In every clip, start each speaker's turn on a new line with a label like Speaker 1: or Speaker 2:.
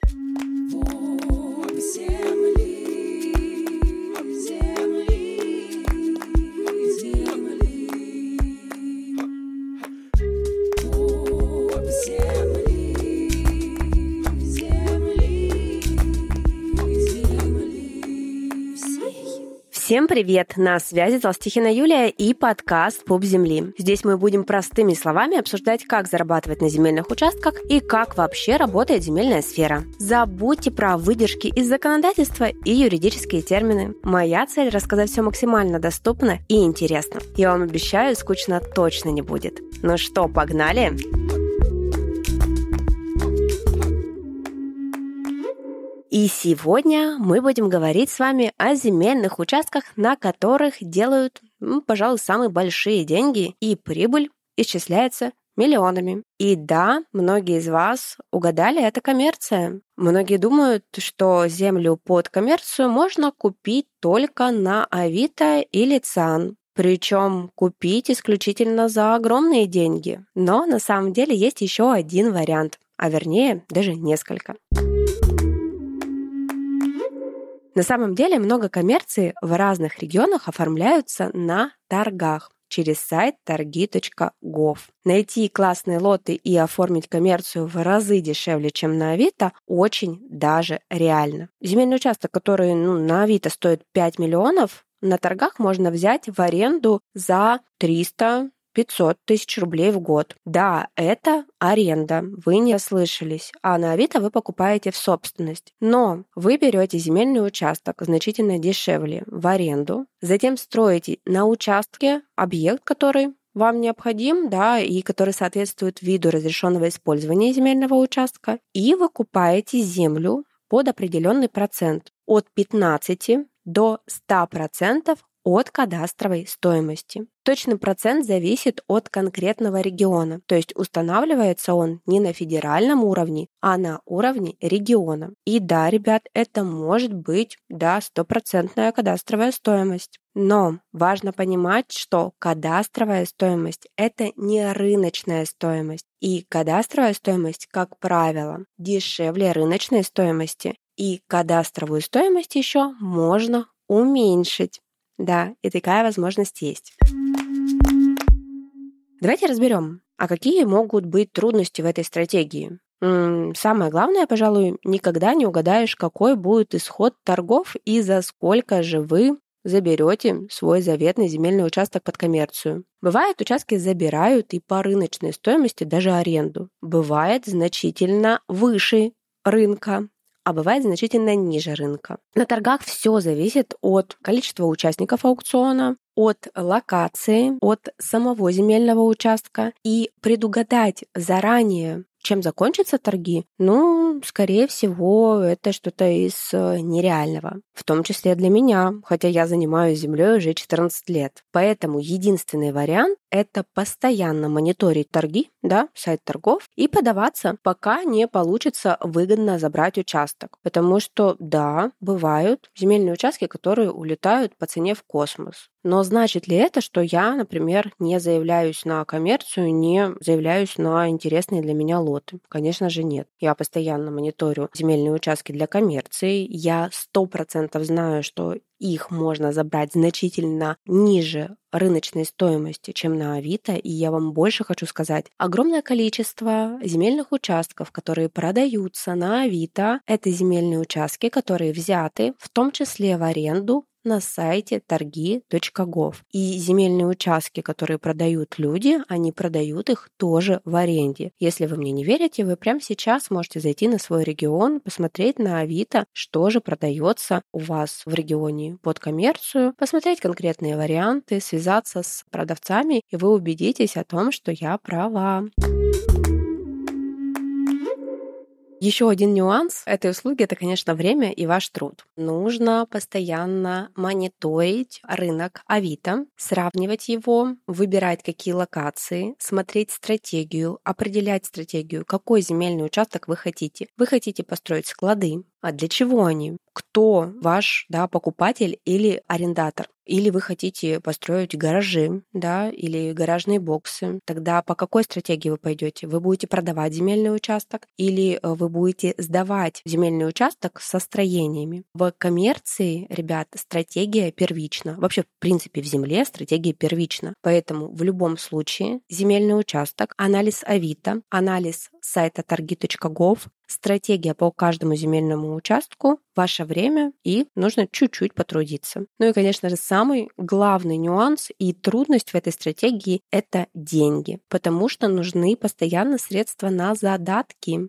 Speaker 1: Всем привет! На связи Толстихина Юлия и подкаст «Пуп земли». Здесь мы будем простыми словами обсуждать, как зарабатывать на земельных участках и как вообще работает земельная сфера. Забудьте про выдержки из законодательства и юридические термины. Моя цель – рассказать все максимально доступно и интересно. Я вам обещаю, скучно точно не будет. Ну что, погнали? И сегодня мы будем говорить с вами о земельных участках, на которых делают, пожалуй, самые большие деньги, и прибыль исчисляется миллионами. И да, многие из вас угадали, это коммерция. Многие думают, что землю под коммерцию можно купить только на Авито или ЦИАН. Причем купить исключительно за огромные деньги. Но на самом деле есть еще один вариант, а вернее даже несколько. На самом деле много коммерции в разных регионах оформляются на торгах через сайт торги.gov. Найти классные лоты и оформить коммерцию в разы дешевле, чем на Авито, очень даже реально. Земельный участок, который на Авито стоит 5 миллионов, на торгах можно взять в аренду за 300-500 тысяч рублей в год. Да, это аренда, вы не ослышались, а на Авито вы покупаете в собственность. Но вы берете земельный участок значительно дешевле в аренду, затем строите на участке объект, который вам необходим, да, и который соответствует виду разрешенного использования земельного участка, и выкупаете землю под определенный процент от 15 до 100% от кадастровой стоимости. Точный процент зависит от конкретного региона, то есть устанавливается он не на федеральном уровне, а на уровне региона. И да, ребят, это может быть, стопроцентная кадастровая стоимость. Но важно понимать, что кадастровая стоимость – это не рыночная стоимость. И кадастровая стоимость, как правило, дешевле рыночной стоимости. И кадастровую стоимость еще можно уменьшить. Да, и такая возможность есть. Давайте разберем, а какие могут быть трудности в этой стратегии. Самое главное, пожалуй, никогда не угадаешь, какой будет исход торгов и за сколько же вы заберете свой заветный земельный участок под коммерцию. Бывает, участки забирают и по рыночной стоимости даже аренду. Бывает значительно выше рынка, а бывает значительно ниже рынка. На торгах все зависит от количества участников аукциона, от локации, от самого земельного участка. И предугадать заранее, чем закончатся торги, скорее всего, это что-то из нереального. В том числе для меня, хотя я занимаюсь землей уже 14 лет. Поэтому единственный вариант – это постоянно мониторить торги, сайт торгов, и подаваться, пока не получится выгодно забрать участок. Потому что, бывают земельные участки, которые улетают по цене в космос. Но значит ли это, что я, например, не заявляюсь на коммерцию, не заявляюсь на интересные для меня лоты? Конечно же, нет. Я постоянно мониторю земельные участки для коммерции. Я 100% знаю, что их можно забрать значительно ниже рыночной стоимости, чем на Авито. И я вам больше хочу сказать. Огромное количество земельных участков, которые продаются на Авито, это земельные участки, которые взяты в том числе в аренду на сайте торги.gov. И земельные участки, которые продают люди, они продают их тоже в аренде. Если вы мне не верите, вы прямо сейчас можете зайти на свой регион, посмотреть на Авито, что же продается у вас в регионе под коммерцию, посмотреть конкретные варианты, связаться с продавцами, и вы убедитесь о том, что я права. Еще один нюанс этой услуги – это, конечно, время и ваш труд. Нужно постоянно мониторить рынок Авито, сравнивать его, выбирать какие локации, смотреть стратегию, определять стратегию, какой земельный участок вы хотите. Вы хотите построить склады, А для чего они? Кто ваш, да, покупатель или арендатор? Или вы хотите построить гаражи, да, или гаражные боксы. Тогда по какой стратегии вы пойдете? Вы будете продавать земельный участок или вы будете сдавать земельный участок со строениями? В коммерции, ребят, стратегия первична. Вообще, в принципе, в земле стратегия первична. Поэтому в любом случае земельный участок, анализ Авито, анализ сайта торги.gov, стратегия по каждому земельному участку, ваше время, и нужно чуть-чуть потрудиться. Ну и, конечно же, самый главный нюанс и трудность в этой стратегии — это деньги, потому что нужны постоянно средства на задатки.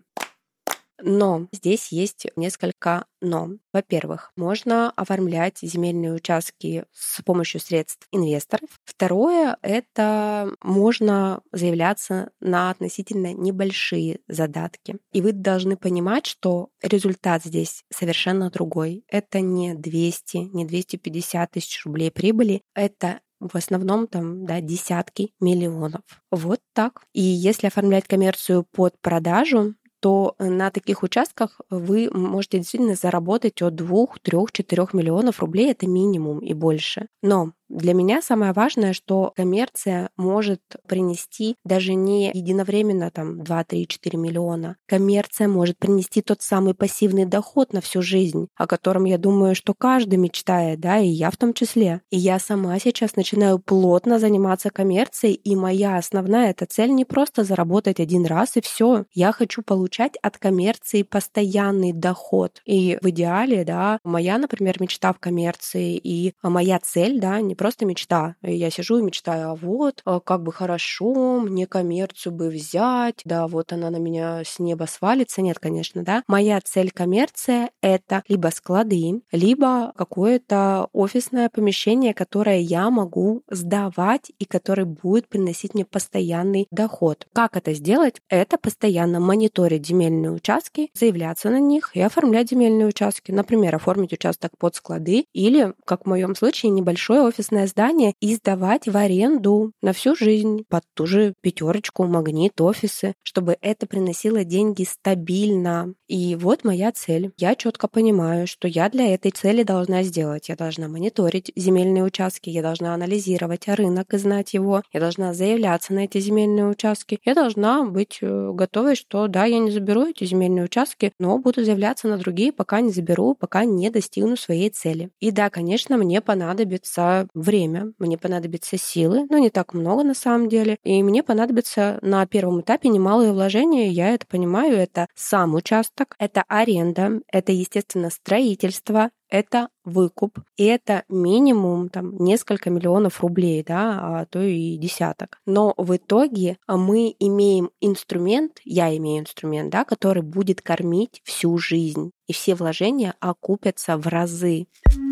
Speaker 1: Но здесь есть несколько «но». Во-первых, можно оформлять земельные участки с помощью средств инвесторов. Второе — это можно заявляться на относительно небольшие задатки. И вы должны понимать, что результат здесь совершенно другой. Это не 200, не 250 тысяч рублей прибыли, это в основном там, да, десятки миллионов. Вот так. И если оформлять коммерцию под продажу, то на таких участках вы можете действительно заработать от 2, 3, 4 миллионов рублей, это минимум и больше. Но для меня самое важное, что коммерция может принести даже не единовременно там 2, 3, 4 миллиона. Коммерция может принести тот самый пассивный доход на всю жизнь, о котором, я думаю, что каждый мечтает, да, и я в том числе. И я сама сейчас начинаю плотно заниматься коммерцией, и моя основная эта цель не просто заработать один раз и все. Я хочу получать от коммерции постоянный доход. И в идеале, да, моя, например, мечта в коммерции и моя цель, да, не просто мечта. Я сижу и мечтаю, а вот, как бы хорошо, мне коммерцию бы взять, да, вот она на меня с неба свалится. Нет, конечно, да. Моя цель коммерция — это либо склады, либо какое-то офисное помещение, которое я могу сдавать и которое будет приносить мне постоянный доход. Как это сделать? Это постоянно мониторить земельные участки, заявляться на них и оформлять земельные участки. Например, оформить участок под склады или, как в моем случае, небольшое офисное здание и сдавать в аренду на всю жизнь под ту же 5, Магнит, офисы, чтобы это приносило деньги стабильно. И вот моя цель. Я четко понимаю, что я для этой цели должна сделать. Я должна мониторить земельные участки, я должна анализировать рынок и знать его, я должна заявляться на эти земельные участки, я должна быть готовой, что да, я не заберу эти земельные участки, но буду заявляться на другие, пока не заберу, пока не достигну своей цели. И да, конечно, мне понадобится время, мне понадобятся силы, но не так много на самом деле, и мне понадобится на первом этапе немалые вложения, я это понимаю, это сам участок, это аренда, это, естественно, строительство, это выкуп, и это минимум там несколько миллионов рублей, да, а то и десяток. Но в итоге мы имеем инструмент, я имею инструмент, да, который будет кормить всю жизнь, и все вложения окупятся в разы.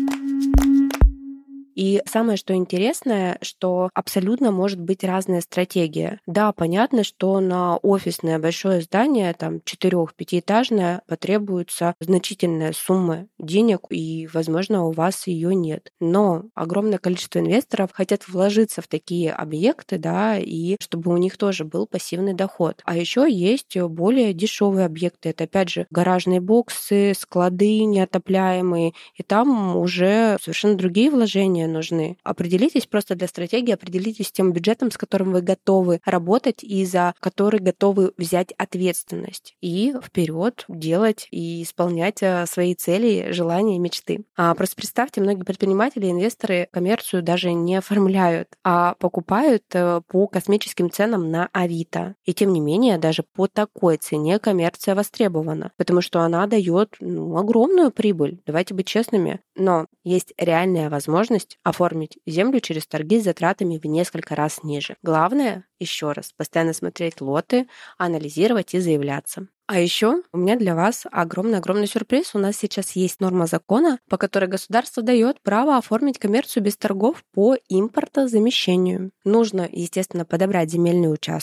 Speaker 1: И самое, что интересное, что абсолютно может быть разная стратегия. Да, понятно, что на офисное большое здание, там 4-5-этажное, потребуется значительная сумма денег, и, возможно, у вас ее нет. Но огромное количество инвесторов хотят вложиться в такие объекты, да, и чтобы у них тоже был пассивный доход. А еще есть более дешевые объекты. Это, опять же, гаражные боксы, склады неотопляемые, и там уже совершенно другие вложения нужны. Определитесь просто для стратегии, определитесь с тем бюджетом, с которым вы готовы работать и за который готовы взять ответственность. И вперед делать и исполнять свои цели, желания, мечты. Просто представьте, многие предприниматели, инвесторы коммерцию даже не оформляют, а покупают по космическим ценам на Авито. И тем не менее, даже по такой цене коммерция востребована, потому что она дает огромную прибыль. Давайте быть честными. Но есть реальная возможность оформить землю через торги с затратами в несколько раз ниже. Главное, еще раз, постоянно смотреть лоты, анализировать и заявляться. А еще у меня для вас огромный-огромный сюрприз. У нас сейчас есть норма закона, по которой государство дает право оформить коммерцию без торгов по импортозамещению. Нужно, естественно, подобрать земельный участок,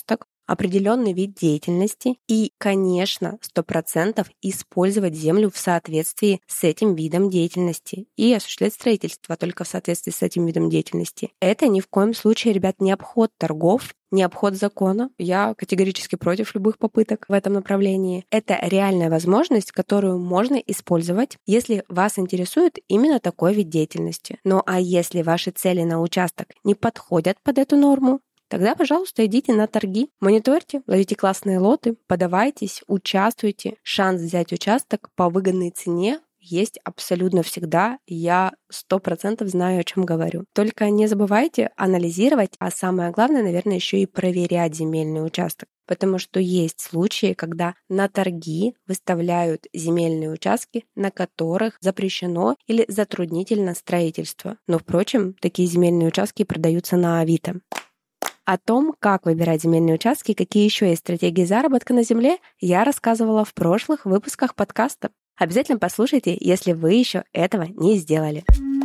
Speaker 1: определенный вид деятельности и, конечно, 100% использовать землю в соответствии с этим видом деятельности и осуществлять строительство только в соответствии с этим видом деятельности. Это ни в коем случае, ребят, не обход торгов, не обход закона. Я категорически против любых попыток в этом направлении. Это реальная возможность, которую можно использовать, если вас интересует именно такой вид деятельности. Ну а если ваши цели на участок не подходят под эту норму, тогда, пожалуйста, идите на торги, мониторьте, ловите классные лоты, подавайтесь, участвуйте. Шанс взять участок по выгодной цене есть абсолютно всегда, я 100% знаю, о чем говорю. Только не забывайте анализировать, а самое главное, наверное, еще и проверять земельный участок. Потому что есть случаи, когда на торги выставляют земельные участки, на которых запрещено или затруднительно строительство. Но, впрочем, такие земельные участки продаются на Авито. О том, как выбирать земельные участки и какие еще есть стратегии заработка на земле, я рассказывала в прошлых выпусках подкаста. Обязательно послушайте, если вы еще этого не сделали.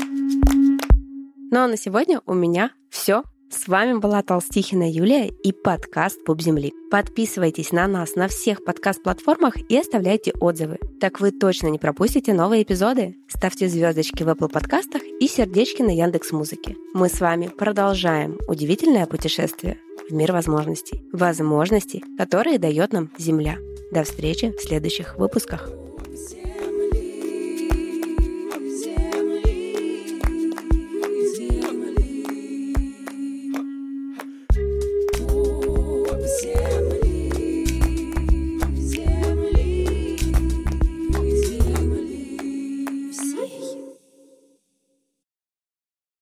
Speaker 1: Ну а на сегодня у меня все. С вами была Толстихина Юлия и подкаст «Пуп земли». Подписывайтесь на нас на всех подкаст-платформах и оставляйте отзывы. Так вы точно не пропустите новые эпизоды. Ставьте звездочки в Apple подкастах и сердечки на Яндекс.Музыке. Мы с вами продолжаем удивительное путешествие в мир возможностей. Возможностей, которые дает нам Земля. До встречи в следующих выпусках.